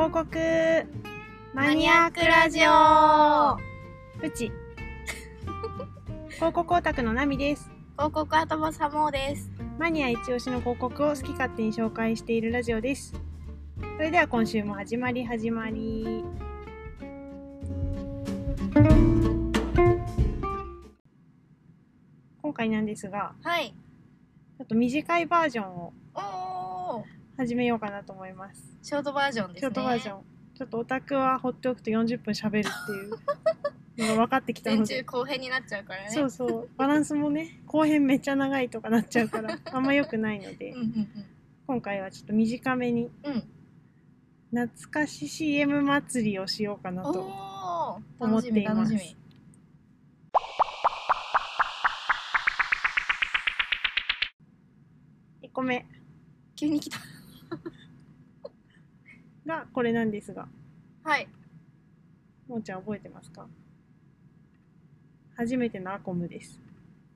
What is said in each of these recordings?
広告マニアックラジオうち広告オタクのナミです。 広告頭サモーです。 マニア一押しの広告を好き勝手に紹介しているラジオです。それでは今週も始まり今回なんですが、 はい、 ちょっと短いバージョンをおー、 始めようかなと思います。 ショートバージョンですね。 ショートバージョン。ちょっとオタクは放っておくと40分喋るっていうのが分かってきたので前中後編になっちゃうからね。 そうそう、バランスもね、後編めっちゃ長いとかなっちゃうからあんま良くないので、今回はちょっと短めに、懐かし CM 祭りをしようかなと思っています。 楽しみ。 1個目急に来たがこれなんですが、 はい、 もーちゃん覚えてますか？初めてのアコムです。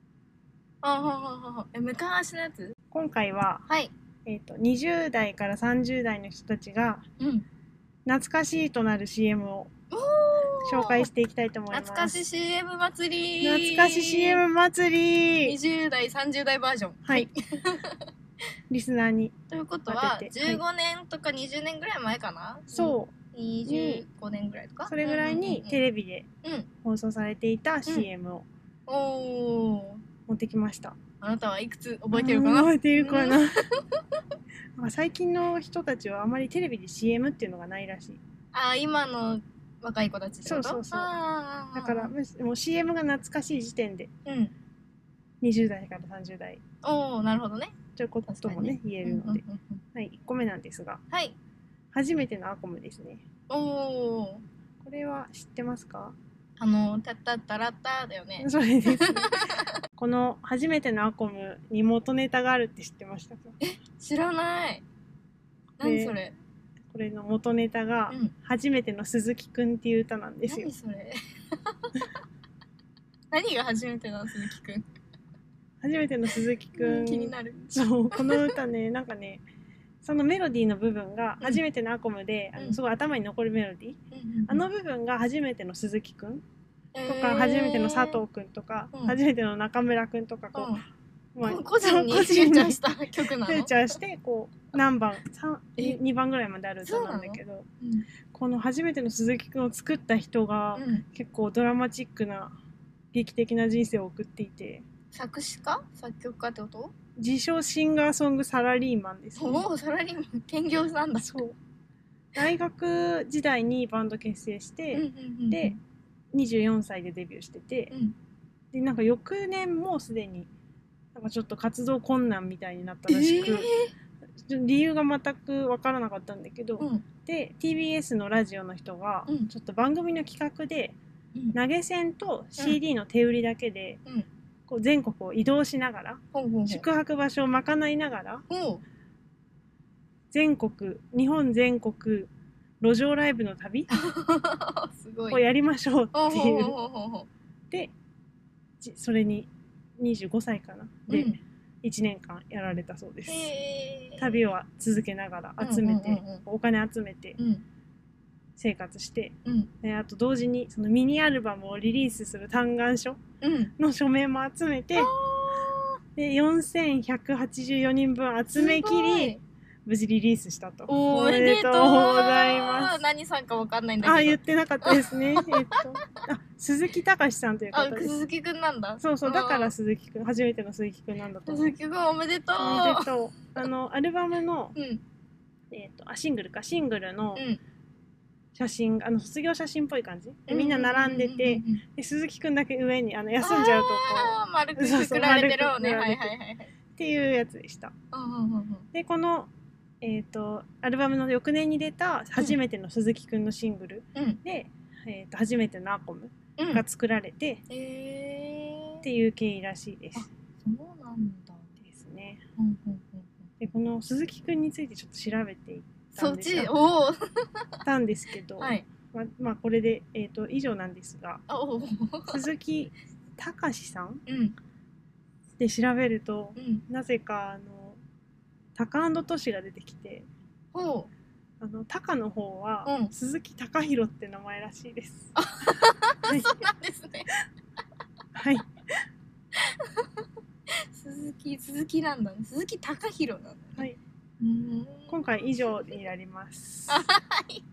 昔のやつ？ 今回は、 はい、 20代から30代の人たちが、懐かしいとなる CM を紹介していきたいと思います。 懐かし CM 祭り。 懐かし CM 祭り。 20代30代バージョン。 はいリスナーにということは15年とか20年ぐらい前かな。 そう 25年ぐらいとかそれぐらいにテレビで放送されていた CM を持ってきました。 あなたはいくつ覚えてるかな？ 覚えてるかな最近の人たちはあまりテレビで CM っていうのがないらしい。 今の若い子たちってこと？ そうだからもう CM が懐かしい時点で、20代から30代なるほどねということもね言えるので、はい、1個目なんですが、 はい、 初めてのアコムですね。これは知ってますか？ タッタッタラッタだよね。 それですこの初めてのアコムに元ネタがあるって知ってましたか？ 知らない。何それ？ これの元ネタが、初めての鈴木くんっていう歌なんですよ。 何それ何が初めての鈴木くん？ 初めての鈴木くん、 気になる。 そうこの歌ねなんかねそのメロディーの部分が初めてのアコムで、すごい頭に残るメロディー、あの部分が初めての鈴木くんとか、初めての佐藤くんとか、初めての中村くんとかこう、 個人にフューチャーした曲なの？ フューチャーしてこう何番2番ぐらいまである歌なんだけど、この初めての鈴木くんを作った人が、結構ドラマチックな劇的な人生を送っていて、 作詞家？作曲家ってこと？ 自称シンガーソングサラリーマンです、ね。 サラリーマン兼業なんだ。 そう大学時代にバンド結成して、で24歳でデビューしてて、でなんか翌年もうすでになんかちょっと活動困難みたいになったらしく、理由が全く分からなかったんだけど、で TBS のラジオの人がちょっと番組の企画で、投げ銭と CD の手売りだけで、こう全国を移動しながら、宿泊場所を賄いながら、日本全国路上ライブの旅をやりましょうっていう。でそれに25歳かなで、1年間やられたそうです。旅を続けながら集めて、お金集めて生活して、であと同時にそのミニアルバムをリリースする嘆願書の署名も集めて、で4184人分集めきり無事リリースしたと。 おめでとうございます。何さんかわかんないんだけど。 言ってなかったですね鈴木隆さんという方です。鈴木くんなんだ。 そうだから鈴木くん、初めての鈴木くんなんだと思う。 鈴木くんおめでとう。 おめでとう。アルバムの、シングルの写真、卒業写真っぽい感じでみんな並んでて、で鈴木くんだけ上に休んじゃうとこう丸くくくられてるね。 っていうやつでした。でこのアルバムの翌年に出た初めての鈴木くんのシングルで、初めてのアコムが作られて、っていう経緯らしいです。 そうなんだですね。でこの鈴木くんについてちょっと調べていったんですけど、これで、以上なんですが、鈴木隆さんで調べると、なぜかタカアンドトシが出てきて、 タカの方は、鈴木貴弘って名前らしいです。 そうなんですね。 はい。 鈴木なんだね。鈴木貴弘なんだね。 はい。今回以上になります。 はい。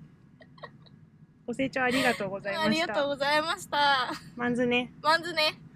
ご清聴ありがとうございました。 ありがとうございました。 まんずね。 まんずね。